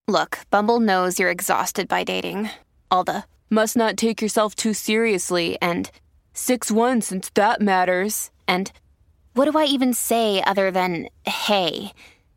Look, Bumble knows you're exhausted by dating. All the must not take yourself too seriously and 6'1" since that matters. And what do I even say other than hey?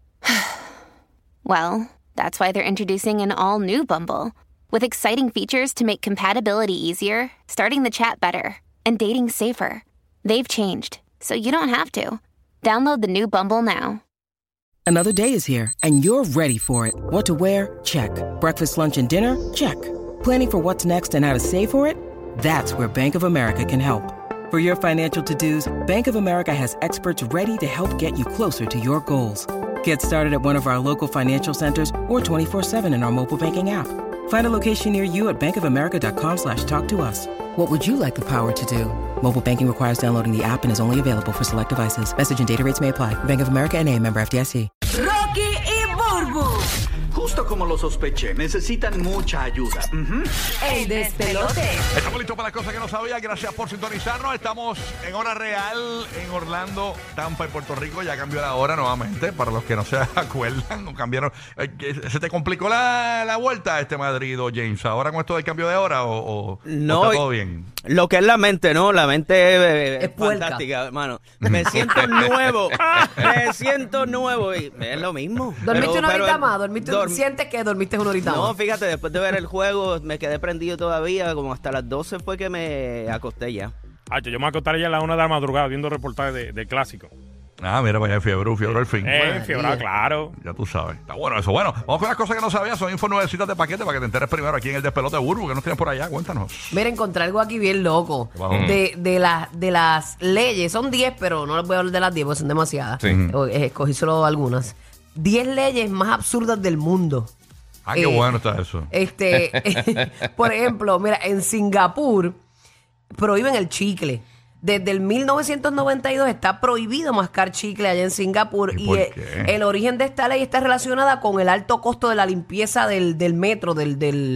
Well, that's why they're introducing an all-new Bumble with exciting features to make compatibility easier, starting the chat better, and dating safer. They've changed, so you don't have to. Download the new Bumble now. Another day is here, and you're ready for it. What to wear? Check. Breakfast, lunch, and dinner? Check. Planning for what's next and how to save for it? That's where Bank of America can help. For your financial to-dos, Bank of America has experts ready to help get you closer to your goals. Get started at one of our local financial centers or 24/7 in our mobile banking app. Find a location near you at bankofamerica.com/talktous. What would you like the power to do? Mobile banking requires downloading the app and is only available for select devices. Message and data rates may apply. Bank of America N.A., member FDIC. Rocky y Burbu. Justo como lo sospeché, necesitan mucha ayuda. El despelote. Estamos listos para las cosas que no sabía. Gracias por sintonizarnos. Estamos en hora real en Orlando, Tampa y Puerto Rico. Ya cambió la hora nuevamente. Para los que no se acuerdan, no cambiaron. ¿Se te complicó la vuelta a este Madrid o James? ¿Ahora con esto del cambio de hora o no, está todo bien? Lo que es la mente, ¿no? La mente Es puerca. fantástica, hermano. Me siento nuevo. Me siento nuevo. Y es lo mismo. ¿Dormiste una horita más? ¿Sientes que dormiste una horita más? No, fíjate, después de ver el juego me quedé prendido todavía. Como hasta las 12 fue que me acosté ya. Yo me acostaré ya a las 1 de la madrugada viendo reportajes de clásico. Ah, mira, vaya fiebre al fin. Fiebre, claro. Ya tú sabes. Está bueno eso. Bueno, vamos con las cosas que no sabías. Son info nuevecitas de paquete para que te enteres primero aquí en el despelote de Burbu. ¿Qué nos tienes por allá? Cuéntanos. Mira, encontré algo aquí bien loco. De las leyes. Son 10, pero no les voy a hablar de las 10 porque son demasiadas. Sí. Escogí solo algunas. 10 leyes más absurdas del mundo. Ah, qué bueno está eso. Por ejemplo, mira, en Singapur prohíben el chicle. Desde el 1992 está prohibido mascar chicle allá en Singapur. ¿Y por qué? El origen de esta ley está relacionada con el alto costo de la limpieza del metro, del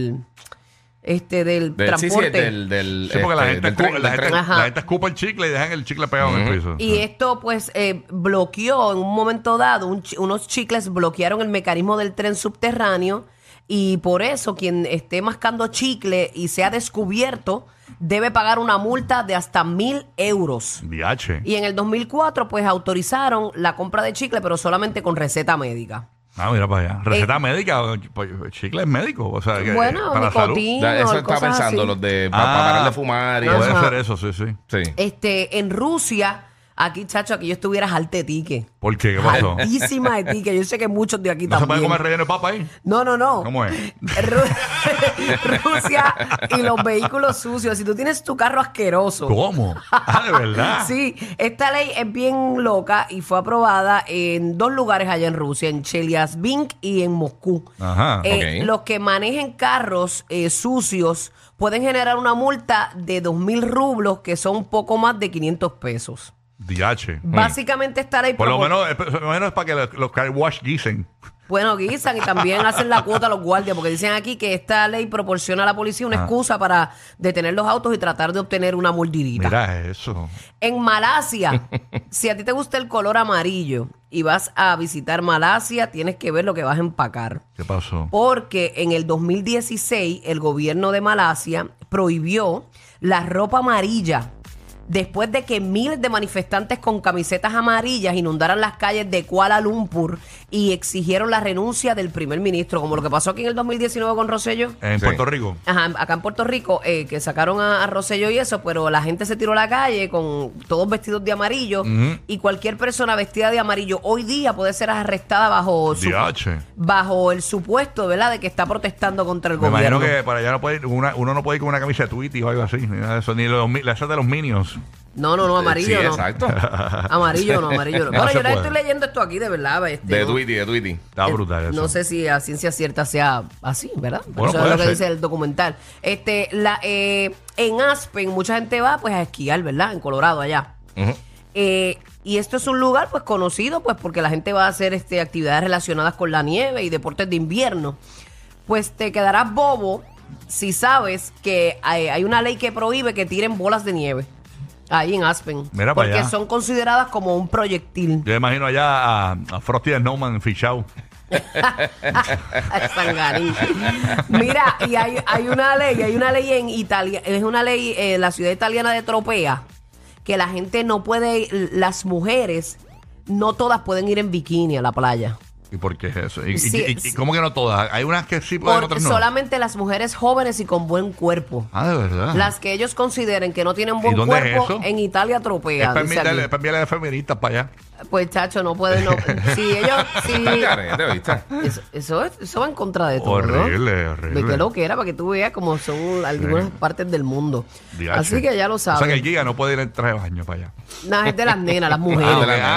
transporte. Sí, porque la gente escupa el chicle y dejan el chicle pegado en el piso. Y esto pues bloqueó en un momento dado, unos chicles bloquearon el mecanismo del tren subterráneo y por eso quien esté mascando chicle y sea descubierto debe pagar una multa de hasta 1,000 euros. Viache. Y en el 2004 pues autorizaron la compra de chicle pero solamente con receta médica. Ah, mira para allá. Receta médica, pues, chicle es médico, o sea, bueno, para la salud. Eso está pensando, así. los de para parar de fumar y Puede eso. ser eso, sí. En Rusia, aquí, chacho, aquí yo estuviera alta de tique. ¿Por qué? ¿Qué pasó? Altísima de tique. Yo sé que muchos de aquí ¿No se también. puede comer relleno de papa ahí? No. ¿Cómo es? Rusia y los vehículos sucios. Si tú tienes tu carro asqueroso. ¿Cómo? Ah, ¿de verdad? Sí, esta ley es bien loca y fue aprobada en 2 lugares allá en Rusia, en Chelyabinsk y en Moscú. Ajá. Ok. Los que manejen carros sucios pueden generar una multa de 2,000 rublos, que son un poco más de 500 pesos. DH. Básicamente esta ley... Por lo menos es para que los car wash guisen. Bueno, guisan y también hacen la cuota a los guardias, porque dicen aquí que esta ley proporciona a la policía una excusa para detener los autos y tratar de obtener una mordidita. Mira eso. En Malasia, si a ti te gusta el color amarillo y vas a visitar Malasia, tienes que ver lo que vas a empacar. ¿Qué pasó? Porque en el 2016 el gobierno de Malasia prohibió la ropa amarilla después de que miles de manifestantes con camisetas amarillas inundaran las calles de Kuala Lumpur y exigieron la renuncia del primer ministro, como lo que pasó aquí en el 2019 con Rosselló. En Puerto Rico. Ajá, acá en Puerto Rico, que sacaron a Rosselló y eso, pero la gente se tiró a la calle con todos vestidos de amarillo y cualquier persona vestida de amarillo hoy día puede ser arrestada bajo el supuesto, ¿verdad?, de que está protestando contra el gobierno. Me imagino que para allá uno no puede ir con una camisa de Tweety o algo así, ni nada de eso, ni esas de los Minions. No, amarillo sí, no. Exacto. Amarillo no. Bueno, yo puede. estoy leyendo esto aquí de verdad. De Tweety. Está brutal eso. No sé si a ciencia cierta sea así, ¿verdad? Bueno, eso es lo que ser. dice el documental. En Aspen mucha gente va pues a esquiar, ¿verdad? En Colorado allá. Y esto es un lugar pues conocido pues porque la gente va a hacer actividades relacionadas con la nieve y deportes de invierno. Pues te quedarás bobo si sabes que hay una ley que prohíbe que tiren bolas de nieve ahí en Aspen. Mira para porque allá. son consideradas como un proyectil. Yo imagino allá a Frosty the Snowman fichado. Sangarín. Mira, y hay una ley en Italia, es una ley en la ciudad italiana de Tropea, que la gente no puede, las mujeres, no todas pueden ir en bikini a la playa. ¿Y por qué es eso? Sí, ¿Y cómo que no todas? Hay unas que sí pueden, otras no. Solamente las mujeres jóvenes y con buen cuerpo. Ah, de verdad. Las que ellos consideren que no tienen ¿Y buen dónde es cuerpo, eso? en Italia Tropea. Es dice aquí. para enviarle a feministas para allá. Pues, chacho, no pueden. No. Si ellos. Si, Carete, ¿viste? eso va en contra de todo. Horrible, ¿no? horrible. De lo que era, para que tú veas cómo son algunas partes del mundo. Diache. Así que ya lo O sea que sabes. el Giga no puede ir en traje de baño para allá. Nada, es de las nenas, las mujeres.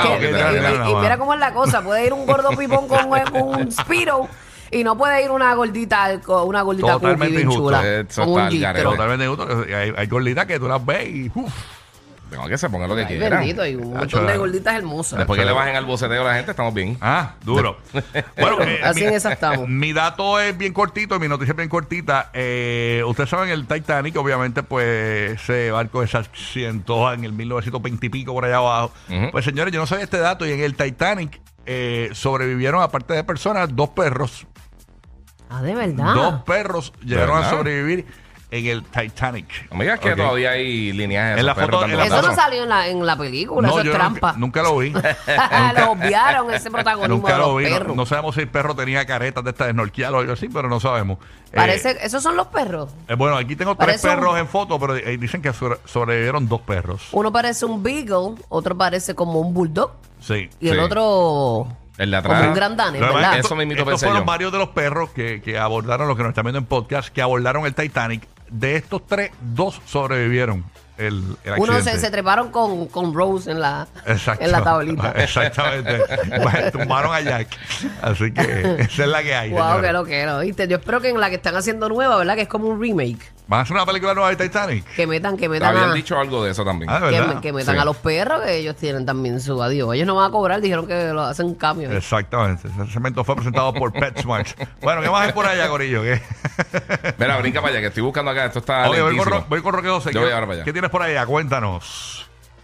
Y mira cómo es la cosa. Puede ir un gordo pipón con un Spiro y no puede ir una gordita cookie Totalmente bien injusto. chula. Eso Con está un al gistro. garete. Totalmente justo. Hay gorditas que tú las ves y... Tengo que se ponga lo que Ay, quieran. bendito, hay un Nacho, montón de gorditas hermosas. Después que le bajen al boceteo a la gente, estamos bien. Ah, duro. Bueno, Así en esa estamos. Mi dato es bien cortito, mi noticia es bien cortita. Ustedes saben, el Titanic, obviamente, pues ese barco se accidentó en el 1920 y pico por allá abajo. Ujú. Pues señores, yo no sabía este dato y en el Titanic sobrevivieron, aparte de personas, 2 perros. Ah, de verdad. 2 perros llegaron a ¿Verdad? sobrevivir en el Titanic. No me digas que Ok. todavía hay líneas de En la esos foto- perros en la dando Eso no batazos. salió en la película, eso es yo trampa. nunca lo vi. Lo obviaron ese protagonismo Nunca de lo los vi. perros. No sabemos si el perro tenía caretas de estas de snorkear o algo así, pero no sabemos. Parece, ¿esos son los perros? Bueno, aquí tengo 3 Parece un- perros en foto, pero dicen que sobrevivieron 2 perros. Uno parece un beagle, otro parece como un bulldog Sí. y el Sí. otro El de como atrás. un gran danés, Lo demás ¿verdad? es que Eso mismito estos pensé fueron yo. varios de los perros que abordaron, los que nos están viendo en podcast, que abordaron el Titanic. De estos 3, 2 sobrevivieron el Uno accidente. se treparon con Rose en la Exacto. tablita. Exactamente. Bueno, tumbaron a Jack. Así que esa es la que hay. Wow, señores. que lo que era, ¿viste? Yo espero que en la que están haciendo nueva, ¿verdad? Que es como un remake. ¿Van a hacer una película nueva de Titanic? Que metan Habían dicho algo de eso también. Ah, de verdad. que metan Sí. a los perros, que ellos tienen también su adiós. Ellos no van a cobrar, dijeron que lo hacen cambio. Exactamente. Ese segmento fue presentado por PetSmart. Bueno, ¿qué más hay por allá, Corillo? ¿Qué? Mira, brinca para allá, que estoy buscando acá. Esto está Oye, lentísimo. voy con Roque José. Yo voy ahora para allá. ¿Qué tienes por allá? Cuéntanos.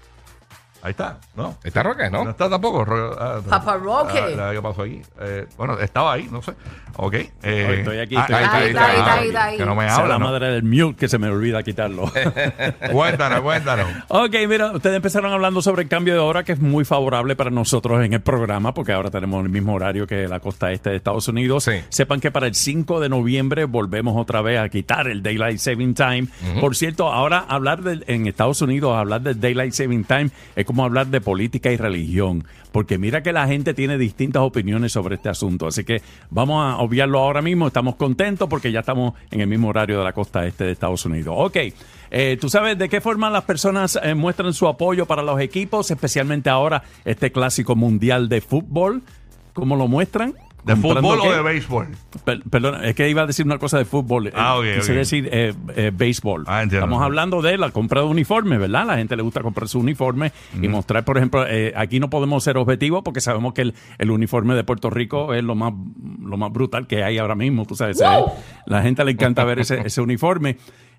Ahí está, ¿no? ¿Está Roque, No no? está tampoco. Papa Roque. ¿Qué pasó aquí? Bueno, estaba ahí, no sé. Ok. Estoy aquí, ah, estoy ahí aquí. Ahí. Que no me Esa es habla, la ¿no? madre del mute que se me olvida quitarlo. Cuéntanos. Ok, mira, ustedes empezaron hablando sobre el cambio de hora que es muy favorable para nosotros en el programa porque ahora tenemos el mismo horario que la costa este de Estados Unidos. Sí. Sepan que para el 5 de noviembre volvemos otra vez a quitar el Daylight Saving Time. Por cierto, ahora en Estados Unidos, hablar del Daylight Saving Time es como hablar de política y religión. Porque mira que la gente tiene distintas opiniones sobre este asunto. Así que vamos a obviarlo ahora mismo. Estamos contentos porque ya estamos en el mismo horario de la costa este de Estados Unidos. Ok, ¿tú sabes de qué forma las personas muestran su apoyo para los equipos? Especialmente ahora este clásico mundial de fútbol. ¿Cómo lo muestran? ¿De ¿Comprando fútbol o qué? de béisbol? Perdón, es que iba a decir una cosa de fútbol. Quise decir béisbol. Ah, entiendo. Estamos hablando de la compra de uniformes, ¿verdad? La gente le gusta comprar su uniforme y mostrar, por ejemplo, aquí no podemos ser objetivos porque sabemos que el uniforme de Puerto Rico es lo más brutal que hay ahora mismo, tú sabes. La gente le encanta ver ese uniforme.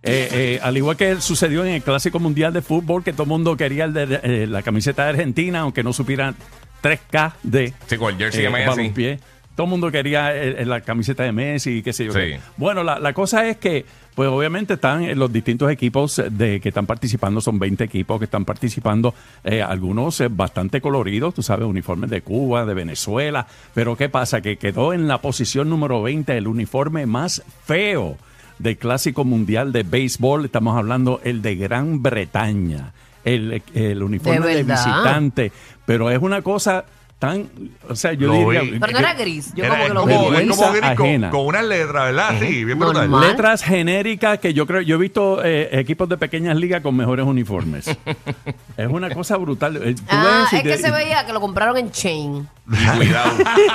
Al igual que sucedió en el Clásico Mundial de Fútbol, que todo el mundo quería la camiseta de Argentina, aunque no supieran 3K de Sí, con el jersey de Messi. balompié. Todo el mundo quería la camiseta de Messi, qué sé yo. Sí. qué. Bueno, la cosa es que, pues obviamente están los distintos equipos que están participando, son 20 equipos que están participando, algunos bastante coloridos, tú sabes, uniformes de Cuba, de Venezuela, pero ¿qué pasa? Que quedó en la posición número 20 el uniforme más feo del Clásico Mundial de Béisbol, estamos hablando el de Gran Bretaña, el uniforme ¿De de verdad? visitante, pero es una cosa tan, o sea, yo Lo diría... vi. Pero no era gris. Yo Era- como que es lo como, vi. es como Vergüenza gris ajena. con unas letras, ¿verdad? Sí, bien brutal. Normal. Letras genéricas que yo he visto equipos de pequeñas ligas con mejores uniformes. Es una cosa brutal. Tú Ah, ves es y que te- se veía que lo compraron en Chain. Cuidado.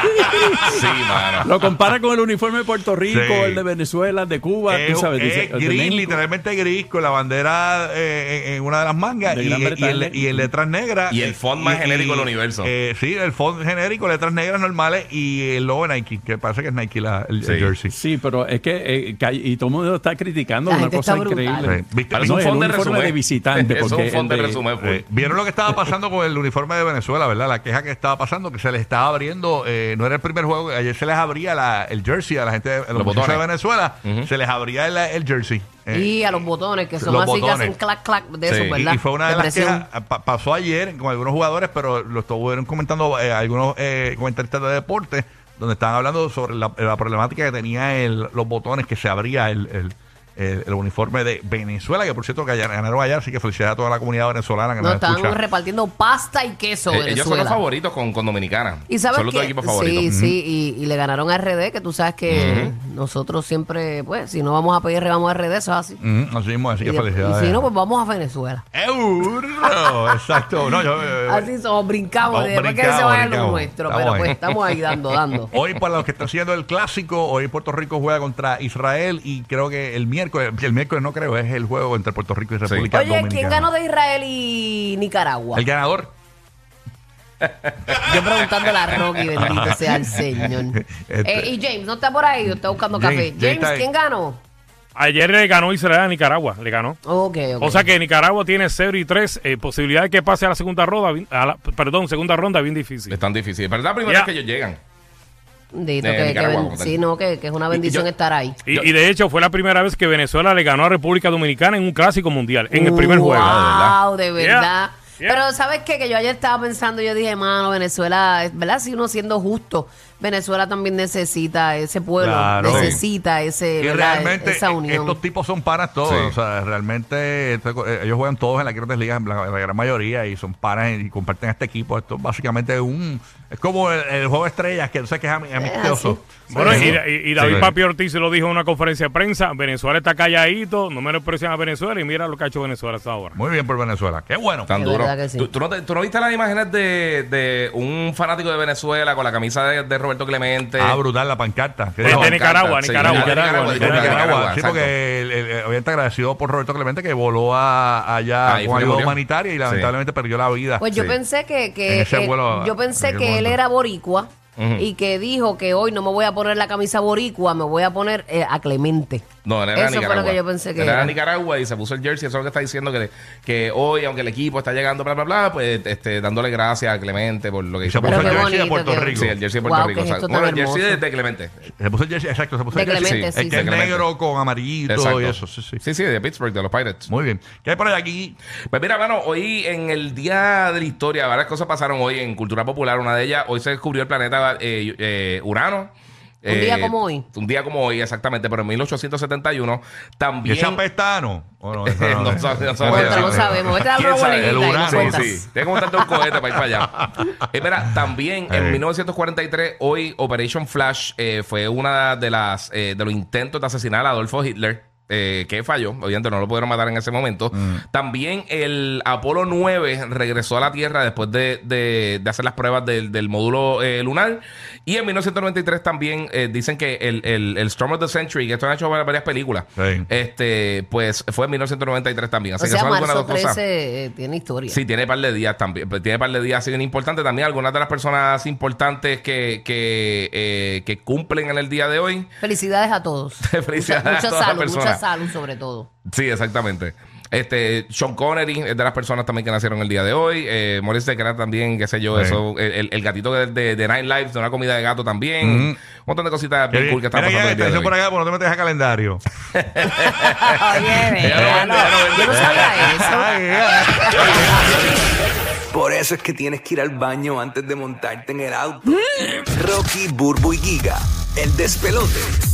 Sí, mano. Lo compara con el uniforme de Puerto Rico, Sí. el de Venezuela, el de Cuba, tú sabes. Es el de gris, México. literalmente gris, con la bandera en una de las mangas De y, Gran Bretaña. y en letras negras. Y el font más genérico del universo. Sí, el font genérico, letras negras normales y el logo de Nike, que parece que es Nike el Sí. jersey. Sí, pero es que y todo el mundo está criticando La una gente cosa está brutal. increíble. Sí. ¿Viste? Parece No, un el font de uniforme resumen. de visitante, Es porque un font de el de- resumen. full. ¿Vieron lo que estaba pasando con el uniforme de Venezuela, verdad? La queja que estaba pasando, que se les estaba abriendo, no era el primer juego, ayer se les abría el jersey a la gente, a los muchachos de botones. Venezuela, se les abría el jersey. Y a los botones, que son los así botones. que hacen clac, clac de Sí. eso, ¿verdad? Y fue una de las presión. quejas, pasó ayer con algunos jugadores, pero lo estuvieron comentando algunos comentaristas de deporte, donde estaban hablando sobre la problemática que tenía los botones, que se abría el uniforme de Venezuela, que por cierto que ganaron ayer, así que felicidades a toda la comunidad venezolana que No, nos estaban escucha. repartiendo pasta y queso Ellos son Venezuela. los favoritos con Dominicana. Y sabes son los dos que equipos favoritos. sí, y le ganaron a RD, que tú sabes que nosotros siempre, pues, si no vamos a PR, vamos a RD, eso es así. Así mismo, así que Y felicidades. si no, pues vamos a Venezuela. ¡Euro! Exacto. No, Así somos, brincamos, Vamos, después que brincamos, se vaya lo brincamos. nuestro, Estamos pero ahí. pues estamos ahí dando. Hoy, para los que están haciendo el clásico, hoy Puerto Rico juega contra Israel y creo que el miércoles no creo, es el juego entre Puerto Rico y República Oye, Dominicana. ¿quién ganó de Israel y Nicaragua? El ganador. Yo preguntándole a Rocky, bendito sea el Señor. Y James, ¿no está por ahí? ¿Está buscando café? James está James, ahí. ¿quién ganó? Ayer le ganó Israel a Nicaragua, le ganó. Ok. O sea que Nicaragua tiene 0-3, posibilidad de que pase a la segunda ronda, segunda ronda bien difícil. Es tan difícil. Pero es la primera Ya. vez que ellos llegan. Bendito, De Nicaragua, como tal. sí, no, que es una bendición estar ahí. Y de hecho fue la primera vez que Venezuela le ganó a República Dominicana en un clásico mundial, en el primer juego. Wow, de verdad. Yeah. Pero ¿sabes qué? Que yo ayer estaba pensando, yo dije, mano, Venezuela, ¿verdad? Si uno siendo justo, Venezuela también necesita ese pueblo, Claro. necesita ese, Y ¿verdad? realmente esa unión. estos tipos son panas todos. Sí. O sea, realmente ellos juegan todos en las grandes ligas, la gran mayoría, y son panas y comparten este equipo. Esto básicamente es como el juego de estrellas, que tú sabes que es amistoso. Bueno, Sí. y David Sí. Papi Ortiz se lo dijo en una conferencia de prensa, Venezuela está calladito, no menosprecian a Venezuela y mira lo que ha hecho Venezuela hasta ahora. Muy bien por Venezuela. Qué bueno. Tan Es duro. verdad que sí. ¿Tú no viste las imágenes de un fanático de Venezuela con la camisa de Roberto Clemente? Brutal la pancarta. De Nicaragua, Sí, Nicaragua. De Nicaragua. Sí, exacto. porque obviamente agradecido por Roberto Clemente, que voló allá Ahí con fue que ayuda murió. humanitaria y lamentablemente perdió la vida. Pues yo Sí. pensé En ese vuelo, yo pensé en aquel que él momento. era boricua Ujú. y que dijo que hoy no me voy a poner la camisa boricua, me voy a poner a Clemente. No, él era Eso fue Nicaragua. lo que yo pensé que Él era era. Nicaragua y se puso el jersey. Eso es lo que está diciendo que hoy, aunque el equipo está llegando, bla, bla, bla, pues dándole gracias a Clemente por lo que Y se hizo. puso Pero el qué jersey de bonito Puerto que- Rico. Sí, el jersey de Puerto Wow, Rico. qué gesto Bueno, tan el jersey hermoso. de Clemente. Se puso el jersey, exacto, se puso De el jersey. Clemente, sí, El que es de Clemente. negro con amarillito Exacto. y eso, sí. Sí, sí, de Pittsburgh, de los Pirates. Muy bien. ¿Qué hay por ahí aquí? Pues mira, mano, hoy en el Día de la Historia, varias cosas pasaron hoy en cultura popular. Una de ellas, hoy se descubrió el planeta Urano. Un día como hoy. Un día como hoy, exactamente, pero en 1871 ¿Y también... ese apestano? ¿O no? No sabía Contra, decirlo. no sabemos. Vete a dar ¿Quién una sabe? boleguita El y Urano. nos Sí, cuentas. sí. Tienes que montarte un cohete para ir para allá. Mira, también en Ey. 1943, hoy Operation Flash fue una de las de los intentos de asesinar a Adolfo Hitler. Que falló, obviamente no lo pudieron matar en ese momento. También el Apolo 9 regresó a la Tierra después de hacer las pruebas del módulo lunar. Y en 1993 también dicen que el Storm of the Century, que esto han hecho varias películas, Sí. pues fue en 1993 también. Así O que sea, son algunas marzo dos cosas. 13 tiene historia. Sí, tiene par de días también. Tiene par de días así bien importantes también. Algunas de las personas importantes que cumplen en el día de hoy. Felicidades a todos. Felicidades a mucha todas las salud, personas. mucha salud sobre todo. Sí, exactamente. Sean Connery es de las personas también que nacieron el día de hoy. Maurice Decrat también, qué sé yo, Sí. eso. El gatito de Nine Lives, de una comida de gato también. Un montón de cositas bien cool que están Mira, pasando el día de atención hoy. por acá, porque no te metes a calendario. Oye, Ella no vende, ella no vende. yo no sabía eso. Por eso es que tienes que ir al baño antes de montarte en el auto. Rocky, Burbu y Giga, el despelote.